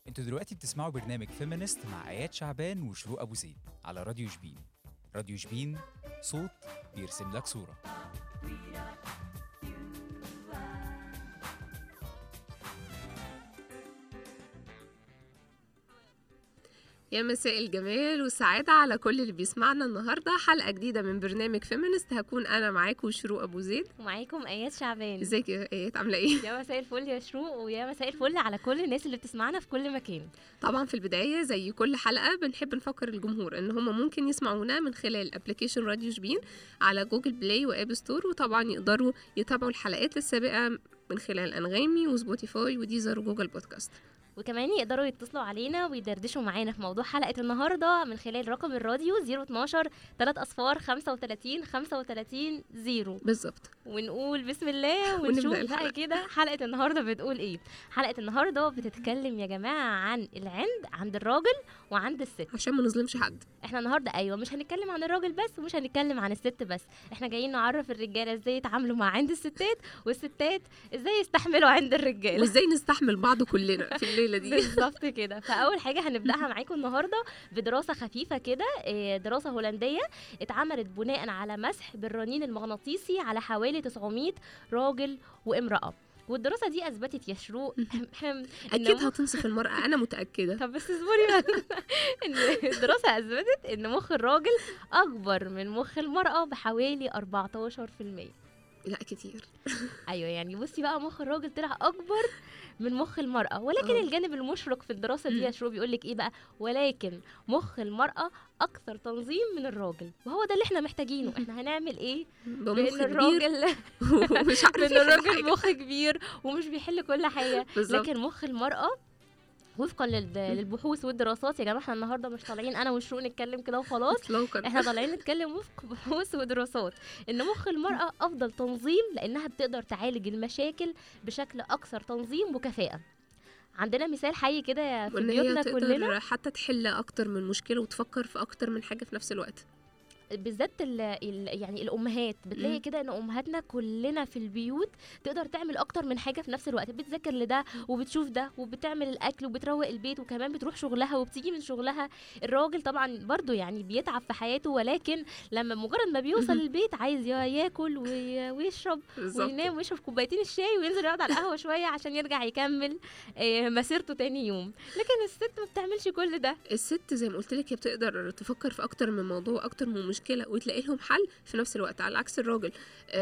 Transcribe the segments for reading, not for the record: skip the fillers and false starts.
انتوا دلوقتي بتسمعوا برنامج فيمينست مع آيات شعبان وشروق أبو زيد على راديو شبين. راديو شبين، صوت بيرسم لك صورة. يا مساء الجمال والسعادة على كل اللي بيسمعنا النهاردة. حلقة جديدة من برنامج فيمينست، هكون أنا معاكم شروق أبو زيد ومعاكم آيات شعبان. ازيك يا آيات، عاملة ايه؟ يا مساء الفل يا شروق، ويا مساء الفل على كل الناس اللي بتسمعنا في كل مكان. طبعا في البداية زي كل حلقة بنحب نفكر الجمهور ان هم ممكن يسمعونا من خلال ابليكيشن راديو شبين على جوجل بلاي واب ستور، وطبعا يقدروا يتابعوا الحلقات السابقة من خلال انغامي وسبوتيفاي وديزر وجوجل بودكاست، وكمان يقدروا يتصلوا علينا ويدردشوا معانا في موضوع حلقة النهاردة من خلال رقم الراديو 012 3 أصفار 35 35 0. بالظبط. ونقول بسم الله ونشوف بقى كده حلقة النهاردة بتقول ايه. حلقة النهاردة بتتكلم يا جماعة عن العند عند الراجل وعند الست، عشان ما نظلمش حد. احنا النهاردة ايوه مش هنتكلم عن الراجل بس ومش هنتكلم عن الست بس، احنا جايين نعرف الرجالة ازاي يتعاملوا مع عند الستات، والستات ازاي يستحملوا عند الرجالة، وازاي نستحمل بعض كلنا في الليلة دي. بالظبط كده. فاول حاجه هنبداها معاكم النهارده بدراسه خفيفه كده، دراسه هولنديه اتعملت بناء على مسح بالرنين المغناطيسي على حوالي 900 راجل وامراه. والدراسه دي اثبتت يا شروق اكيد هتنصف المراه، انا متاكده. طب بس اصبري ان الدراسه اثبتت ان مخ الراجل اكبر من مخ المراه بحوالي 14%. لا كتير. ايوه يعني بصي بقى، مخ الراجل طلع اكبر من مخ المرأة، ولكن الجانب المشرق في الدراسة دي يا شروق بيقول لك ايه بقى، ولكن مخ المرأة اكثر تنظيم من الراجل، وهو ده اللي احنا محتاجينه. احنا هنعمل ايه بان الراجل مش عارف بان الراجل مخ كبير ومش بيحل كل حاجة، لكن مخ المرأة وفقا للبحوث والدراسات يا جماعه، احنا النهارده مش طالعين انا والشروق نتكلم كده وخلاص، احنا طالعين نتكلم وفق بحوث ودراسات ان مخ المراه افضل تنظيم، لانها بتقدر تعالج المشاكل بشكل اكثر تنظيم وكفاءه. عندنا مثال حي كده في بيوتنا كلنا، حتى تحل اكتر من مشكله وتفكر في اكتر من حاجه في نفس الوقت. بالذات يعني الامهات بتلاقي كده ان امهاتنا كلنا في البيوت تقدر تعمل اكتر من حاجه في نفس الوقت، بتذاكر لده وبتشوف ده وبتعمل الاكل وبتروق البيت وكمان بتروح شغلها وبتيجي من شغلها. الراجل طبعا برضو يعني بيتعب في حياته، ولكن لما مجرد ما بيوصل البيت عايز ياكل ويشرب وينام ويشرب كوبايتين الشاي وينزل يقعد على القهوه شويه عشان يرجع يكمل مسيرته تاني يوم. لكن الست ما بتعملش كل ده. الست زي ما قلت لك هي بتقدر تفكر في اكتر من موضوع، اكتر من مشكله، وتلاقي لهم حل في نفس الوقت، على عكس الراجل.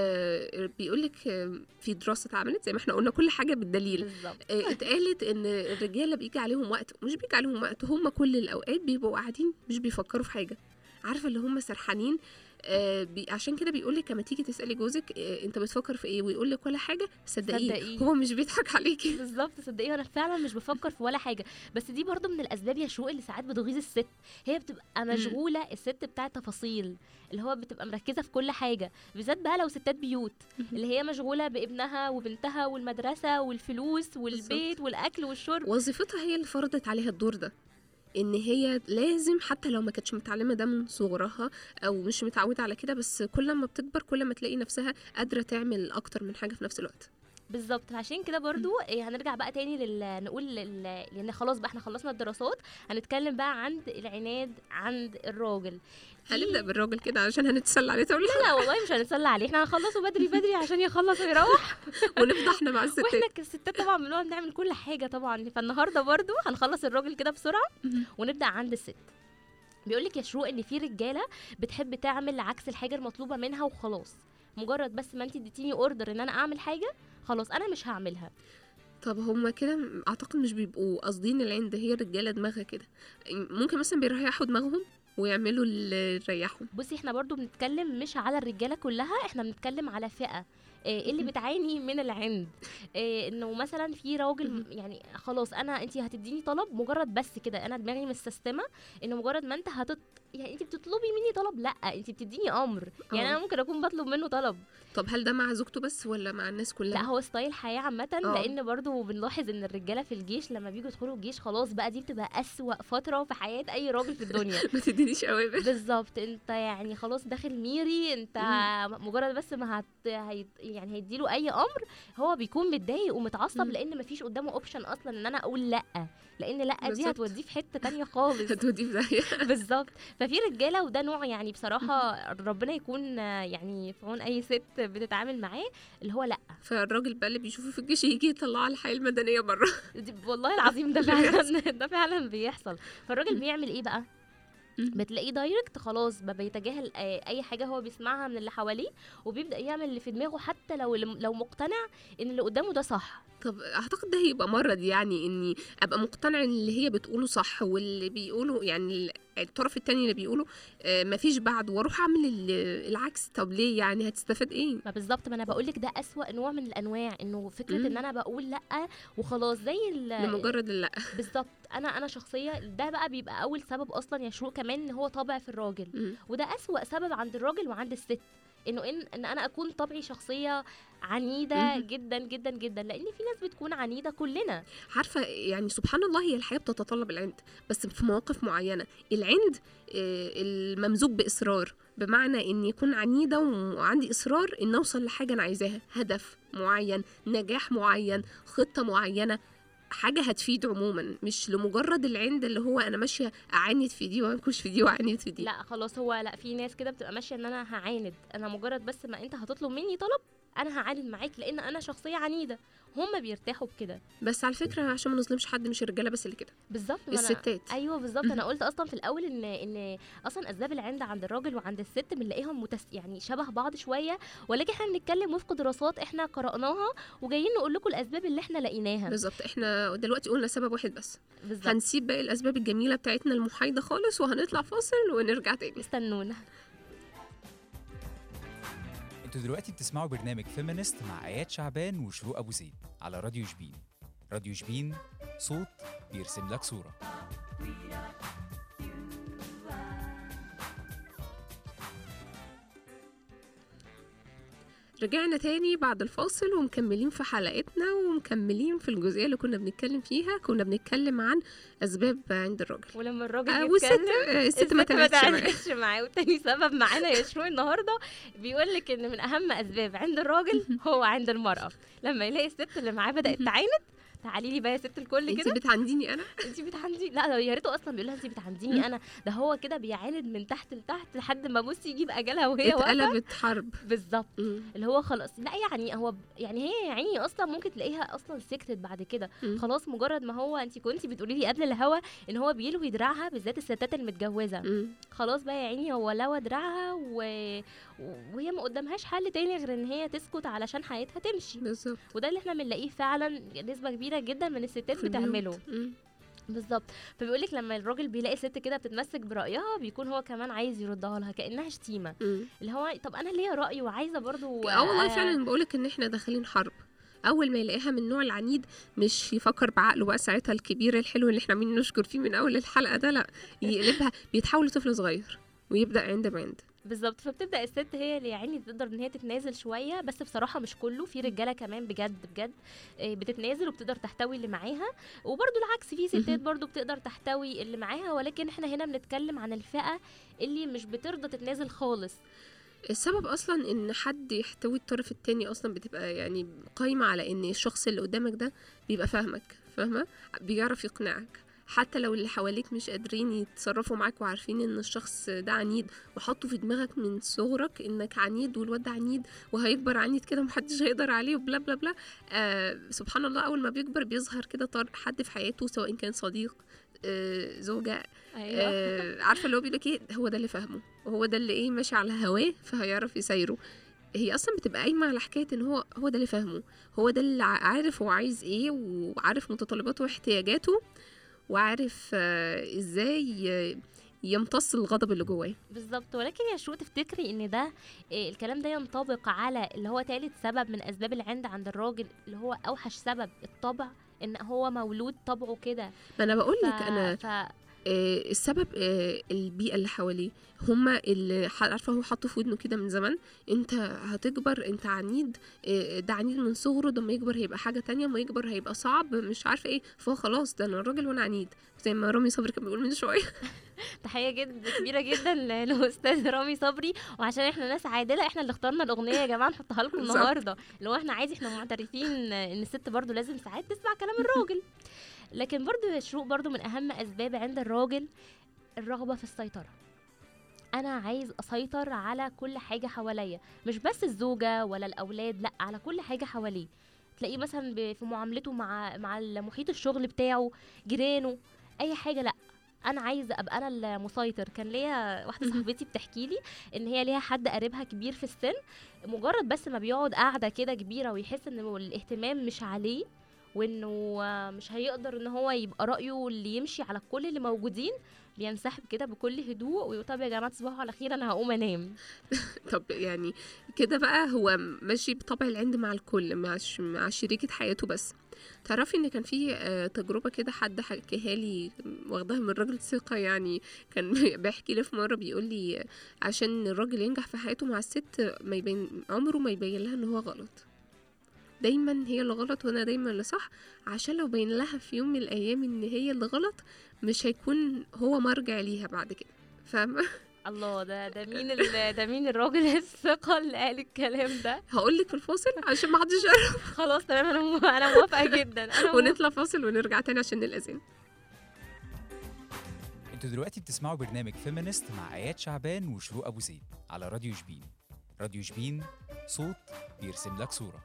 بيقولك في دراسة اتعملت زي ما احنا قلنا كل حاجة بالدليل. اتقالت ان الرجالة بيجي عليهم وقت، مش بيجي عليهم وقت، هم كل الاوقات بيبقوا قاعدين مش بيفكروا في حاجة، عارفة اللي هم سرحانين. عشان كده بيقولك لما تيجي تسألي جوزك انت بتفكر في ايه ويقولك ولا حاجة، صدقيه هو مش بيضحك عليكي. بالظبط، صدقيه انا فعلا مش بفكر في ولا حاجة. بس دي برضو من الاسباب يا شروق اللي ساعات بتغيظ الست، هي بتبقى مشغولة الست بتاع تفاصيل، اللي هو بتبقى مركزة في كل حاجة، بالذات بقى لو ستات بيوت اللي هي مشغولة بابنها وبنتها والمدرسة والفلوس والبيت والاكل والشرب. وظيفتها هي اللي فرضت عليها الدور ده، ان هي لازم حتى لو ما كانتش متعلمه ده من صغرها او مش متعوده على كده، بس كل ما بتكبر كل ما تلاقي نفسها قادره تعمل اكتر من حاجه في نفس الوقت. بالظبط. عشان كده برضو هنرجع بقى تاني نقول لان خلاص بقى احنا خلصنا الدراسات، هنتكلم بقى عن العناد عند الراجل. هنبدا بالراجل كده عشان هنتسلى عليه. لا والله مش هنتسلى عليه، احنا هنخلصه بدري عشان يخلص ويروح ونفضح احنا مع الستات. واحنا الستات طبعا بنقعد نعمل كل حاجه طبعا. فالنهارده برضو هنخلص الراجل كده بسرعه ونبدا عند الست. بيقولك يا شروق ان في رجاله بتحب تعمل عكس الحاجه المطلوبه منها وخلاص، مجرد بس ما انت اديتيني اوردر ان انا اعمل حاجه خلاص انا مش هعملها. طب هما كده اعتقد مش بيبقوا قاصدين العند، هي الرجاله دماغها كده، ممكن مثلا بيريحوا دماغهم ويعملوا اللي يريحهم. بصي احنا برضو بنتكلم مش على الرجاله كلها، احنا بنتكلم على فئه اللي بتعاني من العند. انه مثلا في راجل يعني خلاص انتي هتديني طلب مجرد بس كده، انا دماغي مستسلمه انه مجرد ما انت يعني انتي بتطلبي مني طلب، لا انتي بتديني امر. يعني انا ممكن اكون بطلب منه طلب. طب هل ده مع زوجته بس ولا مع الناس كلها؟ لا هو ستايل حياه عامه. لان برضو بنلاحظ ان الرجاله في الجيش لما بيجوا يدخلوا الجيش خلاص بقى دي بتبقى اسوأ فتره في حياه اي راجل في الدنيا. ما تدينيش اوامر. بالظبط، انت يعني خلاص داخل ميري، انت مجرد بس ما يعني هيديله اي امر هو بيكون متضايق ومتعصب، مم. لان مفيش قدامه اوبشن اصلا ان انا اقول لا، لان لا دي بالظبط. هتوديه في حته تانية خالص. هتودي في داهية. بالظبط. ففي رجاله، وده نوع يعني بصراحه ربنا يكون يعني في عون اي ست بتتعامل معاه، اللي هو لا. فالراجل بقى اللي بيشوفه في الجيش يجي يطلعه على الحياة المدنية بره. والله العظيم ده فعلا ده فعلا بيحصل. فالراجل بيعمل ايه بقى؟ بتلاقيه دايركت خلاص بيتجاهل اي حاجه هو بيسمعها من اللي حواليه، وبيبدا يعمل اللي في دماغه حتى لو مقتنع ان اللي قدامه ده صح. طب اعتقد ده هيبقى مرض، يعني اني ابقى مقتنع ان اللي هي بتقوله صح، واللي بيقوله يعني الطرف التاني اللي بيقوله مفيش بعد، واروح اعمل العكس. طب ليه؟ يعني هتستفاد ايه؟ ما بالظبط، ما انا بقول لك ده اسوأ نوع من الانواع، انه فكره ان انا بقول لا وخلاص زي لمجرد لا. بالظبط. انا شخصيه ده بقى بيبقى اول سبب اصلا يا شروق كمان، ان هو طبع في الراجل. وده اسوأ سبب عند الراجل وعند الست، انه ان انا اكون طبعي شخصيه عنيده جدا جدا جدا، لان في ناس بتكون عنيده كلنا. عارفه يعني سبحان الله، هي الحياه بتتطلب العند، بس في مواقف معينه. العند الممزوج باصرار، بمعنى ان يكون عنيده وعندي اصرار ان اوصل لحاجه انا عايزاها، هدف معين، نجاح معين، خطه معينه، حاجه هتفيد عموما، مش لمجرد العند اللي هو انا ماشيه اعاند في دي وانكش في دي واعاند في دي. لا خلاص، هو لا، في ناس كده بتبقى ماشيه ان انا هعاند، انا مجرد بس ما انت هتطلب مني طلب انا هعاند معاك لان انا شخصيه عنيده. هم بيرتاحوا بكده. بس على فكره عشان ما نظلمش حد، مش الرجاله بس اللي كده، بالظبط. الستات. ايوه بالظبط. انا قلت اصلا في الاول ان اصلا اسباب العند عند الراجل وعند الست بنلاقيهم يعني شبه بعض شويه، ولكن احنا بنتكلم وفق دراسات احنا قرأناها وجايين نقول لكم الاسباب اللي احنا لقيناها. بالظبط. احنا دلوقتي قلنا سبب واحد بس. بالظبط. هنسيب باقي الاسباب الجميله بتاعتنا المحايده خالص، وهنطلع فاصل ونرجع تاني. استنونا. انتوا دلوقتي بتسمعوا برنامج فيمينست مع ايات شعبان وشروق ابو زيد على راديو شبين. راديو شبين، صوت بيرسم لك صورة. رجعنا تاني بعد الفاصل ومكملين في حلقتنا، ومكملين في الجزئية اللي كنا بنتكلم فيها. كنا بنتكلم عن أسباب عند الراجل، ولما الراجل والست الست ما تعملش معاه. وتاني سبب معانا يا شروق النهارده بيقول لك ان من اهم اسباب عند الراجل هو عند المرأة. لما يلاقي الست اللي معاه بدأت تعاند، تعالي لي بقى يا ست الكل كده، انت بتعنديني انا، انت بتعندي. لا يا ريته اصلا بيقول لها انت بتعنديني انا، ده هو كده بيعاند من تحت لتحت لحد ما بصي يجيب اجلها وهي واقفه. اتقلبت حرب. بالظبط. اللي هو خلاص لا، يعني هو يعني هي يعني اصلا ممكن تلاقيها اصلا سكتت بعد كده. خلاص مجرد ما هو انت كنتي بتقولي لي قبل الهوا ان هو بيلوي دراعها، بالذات الستات المتجوزه. خلاص بقى يا عيني هو لوى دراعها وهي ما قدامهاش حل تاني غير ان هي تسكت علشان حياتها تمشي. بالظبط. وده اللي احنا بنلاقيه فعلا نسبه كبيره جدا من الستات بتعمله. بالظبط. فبيقول لك لما الراجل بيلاقي ست كده بتتمسك برايها، بيكون هو كمان عايز يردها لها كانها شتيمه. اللي هو طب انا ليا راي وعايزه برضو. والله فعلا بقولك ان احنا داخلين حرب. اول ما يلاقيها من النوع العنيد، مش يفكر بعقله بقى ساعتها الكبير الحلو اللي احنا عاملين نشكر فيه من اول الحلقه ده، لا، يقلبها بيتحول لطفل صغير ويبدا عند بعند. بالظبط. فبتبدا الست هي اللي يعني تقدر ان هي تتنازل شويه، بس بصراحه مش كله، في رجاله كمان بجد بجد بتتنازل وبتقدر تحتوي اللي معاها، وبرده العكس في ستات برده بتقدر تحتوي اللي معاها. ولكن احنا هنا بنتكلم عن الفئه اللي مش بترضى تتنازل خالص. السبب اصلا ان حد يحتوي الطرف التاني اصلا بتبقى يعني قايمه على ان الشخص اللي قدامك ده بيبقى فاهمه، بيعرف يقنعك، حتى لو اللي حواليك مش قادرين يتصرفوا معاك وعارفين ان الشخص ده عنيد، وحطوا في دماغك من صغرك انك عنيد والواد ده عنيد وهيكبر عنيد كده ومحدش هيقدر عليه وبلا بلا بلا. سبحان الله، اول ما بيكبر بيظهر كده حد في حياته، سواء كان صديق، زوجة. أيوة. عارفه اللي هو بيقولك ايه، هو ده اللي فاهمه، وهو ده اللي ايه ماشي على هواه فهيعرف يسيره. هي اصلا بتبقى قايمه على حكايه ان هو ده اللي فاهمه، هو ده اللي عارف هو عايز ايه، وعارف متطلباته واحتياجاته، وعارف ازاي يمتص الغضب اللي جواه. بالظبط. ولكن يا شو تفتكري ان ده الكلام ده ينطبق على اللي هو ثالث سبب من اسباب العند عند الراجل، اللي هو اوحش سبب، الطبع، ان هو مولود طبعه كده؟ ما انا بقول لك انا السبب البيئة اللي حواليه، هما اللي عارفة هو حاطه في ودنه كده من زمان، انت هتكبر، انت عنيد، ده عنيد من صغره، ده ما يكبر هيبقى حاجة تانية، ما يكبر هيبقى صعب، مش عارفة ايه، فهو خلاص ده انا راجل وانا عنيد، زي ما رامي صبري كان بيقول من شوية. تحية جدا كبيرة جدا لأستاذ رامي صبري. وعشان احنا ناس عادلة احنا اللي اخترنا الأغنية يا جماعة نحطها لكم بالظبط. النهاردة. لو احنا عادي احنا معترفين ان الست برضو لازم ساعات تسمع كلام الراجل. لكن برضو يا شروق برضو من أهم أسباب عند الراجل الرغبة في السيطرة. أنا عايز أسيطر على كل حاجة حواليا، مش بس الزوجة ولا الأولاد، لأ على كل حاجة حواليه. تلاقيه مثلا في معاملته مع المحيط الشغل بتاعه، جيرانه، أي حاجة، لأ انا عايزه ابقى انا المسيطر. كان ليا واحده صاحبتي بتحكي لي ان هي ليها حد قريبها كبير في السن، مجرد بس ما بيقعد قاعده كده كبيره ويحس ان الاهتمام مش عليه، وانه مش هيقدر ان هو يبقى رايه اللي يمشي على كل اللي موجودين، بينسحب كده بكل هدوء ويقول طب يا جماعه تصبحوا على خير انا هقوم انام. طب يعني كده بقى هو ماشي بطبع العند مع الكل، مع شريكة حياته. بس تعرفي ان كان في تجربة كده حد حكيها لي، واخداها من راجل ثقة يعني، كان بيحكي لي في مرة بيقول لي عشان الراجل ينجح في حياته مع الست ما يبين عمره ما يبين لها ان هو غلط، دايما هي اللي غلط وانا دايما اللي صح، عشان لو بين لها في يوم من الايام ان هي اللي غلط مش هيكون هو مرجع ليها بعد كده، فاهمة؟ الله، ده مين الراجل الثقة اللي قال الكلام ده؟ هقولك في الفاصل عشان ما حدش يعرف. خلاص تمام، انا موافقة جدا. ونطلع فاصل ونرجع تاني عشان الأذان. انتوا دلوقتي بتسمعوا برنامج فيمينست مع آيات شعبان وشروق أبو زيد على راديو شبين. راديو شبين، صوت بيرسم لك صورة.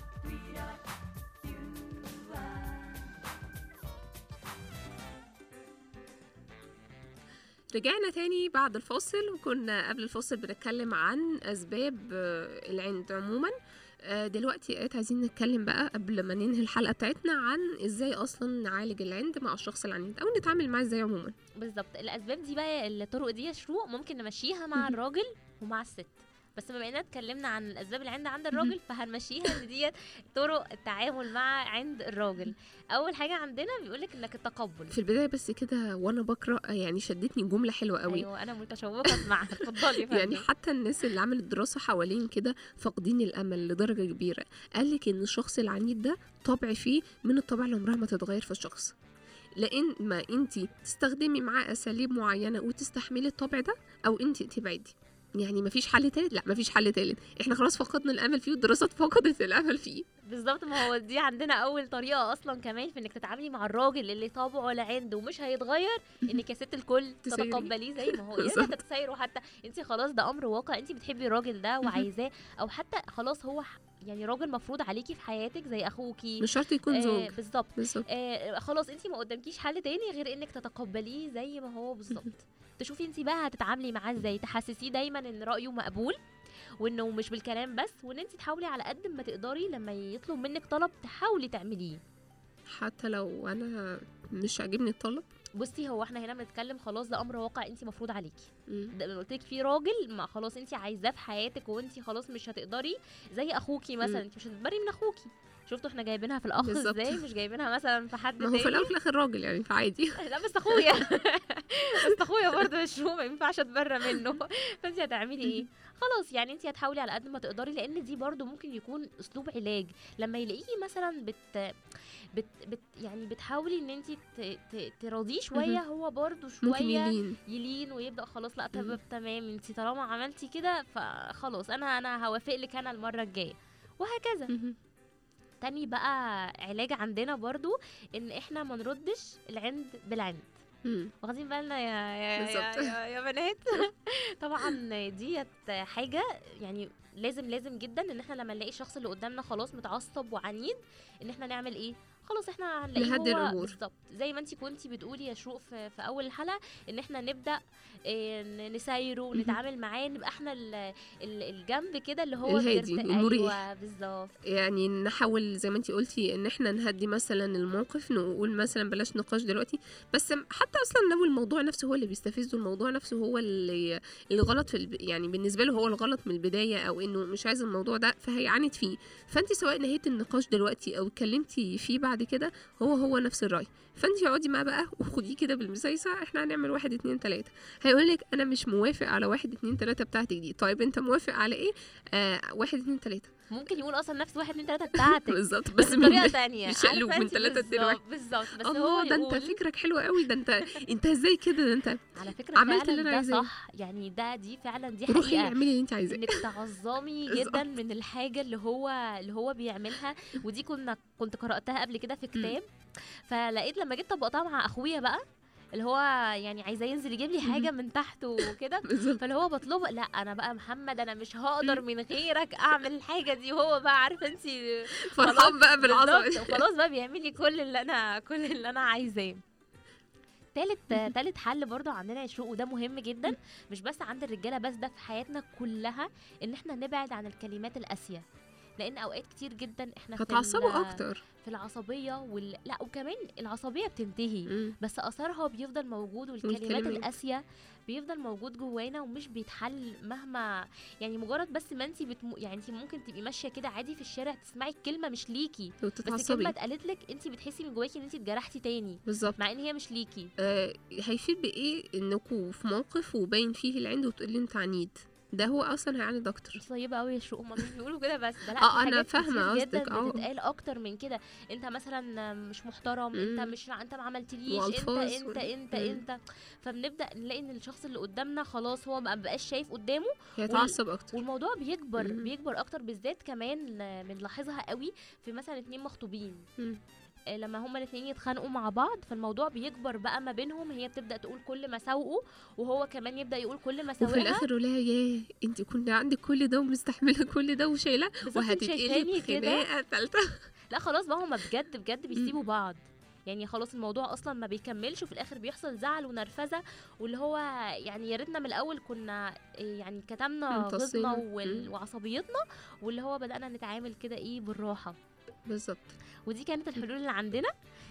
رجعنا تاني بعد الفاصل، وكنا قبل الفاصل بنتكلم عن أسباب العند عموما. دلوقتي عايزين نتكلم بقى قبل ما ننهي الحلقة بتاعتنا عن ازاي اصلا نعالج العند مع الشخص العنيد او نتعامل معاه ازاي عموما. بالظبط، الاسباب دي بقى الطرق دي يا شروق ممكن نمشيها مع الراجل ومع الست، بس بما اننا اتكلمنا عن الاسباب العند عند الراجل فهنمشيها ان ديت طرق التعامل مع عند الراجل. اول حاجه عندنا بيقولك انك التقبل في البدايه. بس كده وانا بقرا يعني شدتني جمله حلوه قوي. ايوه انا متشوقه اسمعها، اتفضلي. يعني حتى الناس اللي عملت دراسه حوالين كده فاقدين الامل لدرجه كبيره، قالك ان الشخص العنيد ده طبع فيه من الطبع اللي عمرها ما تتغير في الشخص، لان ما انتي تستخدمي معاه اساليب معينه وتستحملي الطبع ده، او انتي تبعدي. يعني مفيش حل تالت، لا مفيش حل تالت، احنا خلاص فقدنا الامل فيه والدراسات فقدت الامل فيه. بالظبط، ما هو دي عندنا اول طريقه اصلا كمان في انك تتعاملي مع الراجل اللي طابعه لعنده ومش هيتغير، انك يا ست الكل تتقبليه زي ما هو. يا ريت تتسايروا، حتى انت خلاص ده امر واقع، انت بتحبي الراجل ده وعايزاه، او حتى خلاص هو يعني راجل مفروض عليكي في حياتك زي اخوكي، مش شرط يكون زوج. بالظبط. خلاص انت ما قدامكيش حل تاني غير انك تتقبليه زي ما هو بالظبط. تشوفي انت بقى هتتعاملي معاه ازاي، تحسسيه دايما ان رايه مقبول وانه مش بالكلام بس، وان انت تحاولي على قد ما تقدري لما يطلب منك طلب تحاولي تعمليه حتى لو انا مش عاجبني الطلب. بصي هو احنا هنا بنتكلم خلاص ده امر واقع انت مفروض عليكي. ده قلت لك في راجل ما خلاص انت عايزاه في حياتك وانت خلاص مش هتقدري، زي اخوكي مثلا انت مش هتقدري من اخوكي. شفتوا احنا جايبينها في الاخ ازاي، مش جايبينها مثلا في حد ما هو في الاول في الاخر راجل يعني فعادي. لا بس اخويا بس اخويا برضه مش هو، ما ينفعش اتبرى منه. فانت هتعملي ايه؟ خلاص يعني انت هتحاولي على قد ما تقدري، لان دي برضه ممكن يكون اسلوب علاج. لما يلاقيكي مثلا يعني بتحاولي ان انت تراضيه شويه، هو برضه شويه يلين ويبدا خلاص لا تمام انت طالما عملتي كده فخلاص انا هوافق لك انا المره الجايه، وهكذا. تاني بقى علاج عندنا برضو ان احنا ما نردش العند بالعند. واخدين بالنا يا بنات؟ طبعا ديت حاجه يعني لازم جدا ان احنا لما نلاقي الشخص اللي قدامنا خلاص متعصب وعنيد ان احنا نعمل ايه؟ خلاص احنا هنلاقيه هو بالظبط زي ما انتي كنتي بتقولي يا شروق في اول الحلقه، ان احنا نبدا نسايره ونتعامل معاه، نبقى احنا الجنب كده اللي هو الهادي المريح. ايوه بالظبط. يعني نحاول زي ما انتي قلتي ان احنا نهدي مثلا الموقف، نقول مثلا بلاش نقاش دلوقتي، بس حتى اصلا لو الموضوع نفسه هو اللي بيستفزه، الموضوع نفسه هو اللي غلط يعني بالنسبه له هو الغلط من البدايه، او انه مش عايز الموضوع ده فهيعاند فيه، فانتي سواء نهيتي النقاش دلوقتي او اتكلمتي فيه بعد بعد كده هو نفس الراي، فانت اقعدي معاه بقى وخديه كده بالمسايسه، احنا هنعمل 1 2 3. هيقولك انا مش موافق على 1 2 3 بتاعتك دي. طيب انت موافق على ايه؟ 1 2 3. ممكن يقول اصلا نفس 1 2 3 بتاعتك بالظبط، بس بطريقه تانية، مش قلوب من 3 2 1. بالظبط. بس الله، هو ده انت يقول فكرك حلو قوي، ده انت ازاي كده، ده انت على فكره عملت فعلا اللي انا ده عايزاه. صح، يعني دي فعلا دي روحي حقيقه، اعملي اللي انت عايزاه. انك تعظمي جدا من الحاجه اللي هو بيعملها. ودي كنت قراتها قبل كده في كتاب، فلقيت لما جيت طبقتها مع اخويا بقى اللي هو يعني عايزاه ينزل يجيب لي حاجه من تحت وكده، فاللي هو بطلبه، لا انا بقى محمد انا مش هقدر من غيرك اعمل الحاجه دي، وهو بقى عارفه انت فرحان بقى بالعظمه، وخلاص بقى بيعمل لي كل اللي انا عايزاه. تالت حل برضو عندنا يا شروق، وده مهم جدا مش بس عند الرجاله بس، ده في حياتنا كلها، ان احنا نبعد عن الكلمات القاسيه، لان اوقات كتير جدا احنا هتعصبوا اكتر في العصبيه لا وكمان العصبيه بتنتهي بس اثرها بيفضل موجود، والكلمات القاسيه بيفضل موجود جوانا ومش بيتحل مهما يعني مجرد بس ما انت يعني انت ممكن تبقي ماشيه كده عادي في الشارع تسمعي الكلمه مش ليكي بس كلمه اتقالت لك انت بتحسي من جواكي ان انت اتجرحتي تاني بالظبط، مع ان هي مش ليكي. هيفيد بايه انكم في موقف وباين فيه العند وتقولي انت عنيد، ده هو اصلا هيعاند اكتر. مش طيبه قوي يا شروق، هم مش بيقولوا كده بس ده لا انا فاهمه قصدك، بتتقال اكتر من كده، انت مثلا مش محترم، انت ما عملتليش، انت فبنبدا نلاقي ان الشخص اللي قدامنا خلاص هو ما بقاش شايف قدامه، هيتعصب اكتر، والموضوع بيكبر اكتر، بالذات كمان بنلاحظها قوي في مثلا 2 مخطوبين لما هما الاثنين يتخانقوا مع بعض، فالموضوع بيكبر بقى ما بينهم، هي بتبدا تقول كل مساوئه وهو كمان يبدا يقول كل مساوئها، وفي الاخر يقول لها ياه انت كنت عندك كل ده ومستحمله كل ده وشايله وهتتقلب خناقه ثالثه. لا خلاص بقى هما بجد بيسيبوا بعض، يعني خلاص الموضوع اصلا ما بيكملش، وفي الاخر بيحصل زعل ونرفزه، واللي هو يعني يا ريتنا من الاول كنا يعني كتمنا غيظنا وعصبيتنا، واللي هو بدانا نتعامل كده بالراحه. بالظبط. ودي كانت الحلول اللي عندنا،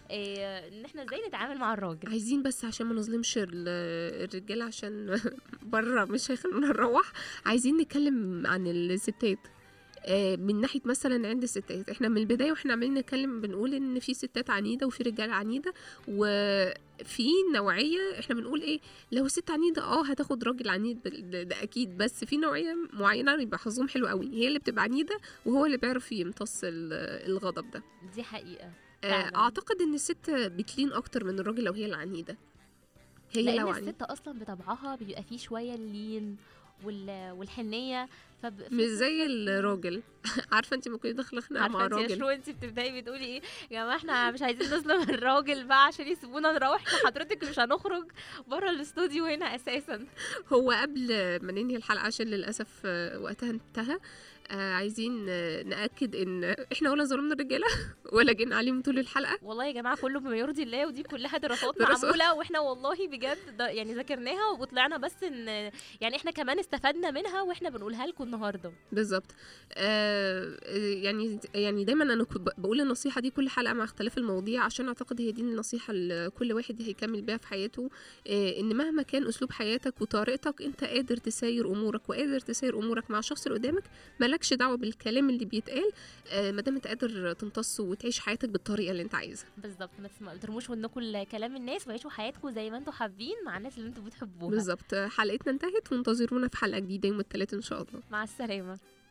ان احنا ازاي نتعامل مع الراجل. عايزين بس عشان ما نظلمش الرجاله عشان بره مش هيخلونا نروح، عايزين نتكلم عن الستات من ناحيه مثلا عند الستات. احنا من البدايه واحنا عمالين نتكلم بنقول ان في ستات عنيده وفي رجاله عنيده، وفي نوعيه احنا بنقول ايه، لو ست عنيده هتاخد راجل عنيد ده اكيد، بس في نوعيه معينه يبقى حظهم حلو قوي، هي اللي بتبقى عنيده وهو اللي بيعرف يمتص الغضب ده. دي حقيقه اعتقد ان الست بتلين اكتر من الراجل لو هي العنيده، هي لان الست اصلا بطبعها بيبقى فيه شويه اللين والحنيه، مش زي الراجل. عارفه انت ممكن داخله خناقه مع راجل، عارفه انت بتبداي بتقولي ايه يا جماعه احنا مش عايزين نظلم الراجل بقى عشان يسيبونا نروح، حضرتك مش هنخرج بره الاستوديو هنا اساسا. هو قبل ما ننهي الحلقه عشان للاسف وقتها انتهى، عايزين نأكد ان احنا ولا ظلمنا الرجاله ولا جينا عليهم طول الحلقه، والله يا جماعه كله بما يرضي الله، ودي كلها دراسات معموله واحنا والله بجد يعني ذاكرناها وطلعنا بس ان يعني احنا كمان استفدنا منها واحنا بنقولها لكم النهارده. بالظبط. يعني دايما انا كنت بقول النصيحه دي كل حلقه مع اختلاف المواضيع، عشان اعتقد هي دي النصيحه اللي كل واحد هيكمل بيها في حياته، ان مهما كان اسلوب حياتك وطريقتك انت قادر تسير امورك وقادر تسير امورك مع الشخص اللي قدامك، مالكش دعوه بالكلام اللي بيتقال ما دام انت قادر تمتص وتعيش حياتك بالطريقه اللي انت عايزها. بالظبط، ما ترموش ودنكم كلام الناس وعيشوا حياتكم زي ما انتم حابين مع الناس اللي انتم بتحبوها. بالظبط. حلقتنا انتهت وانتظرونا في حلقه جديده يوم الثلاث ان شاء الله. مع السلامه.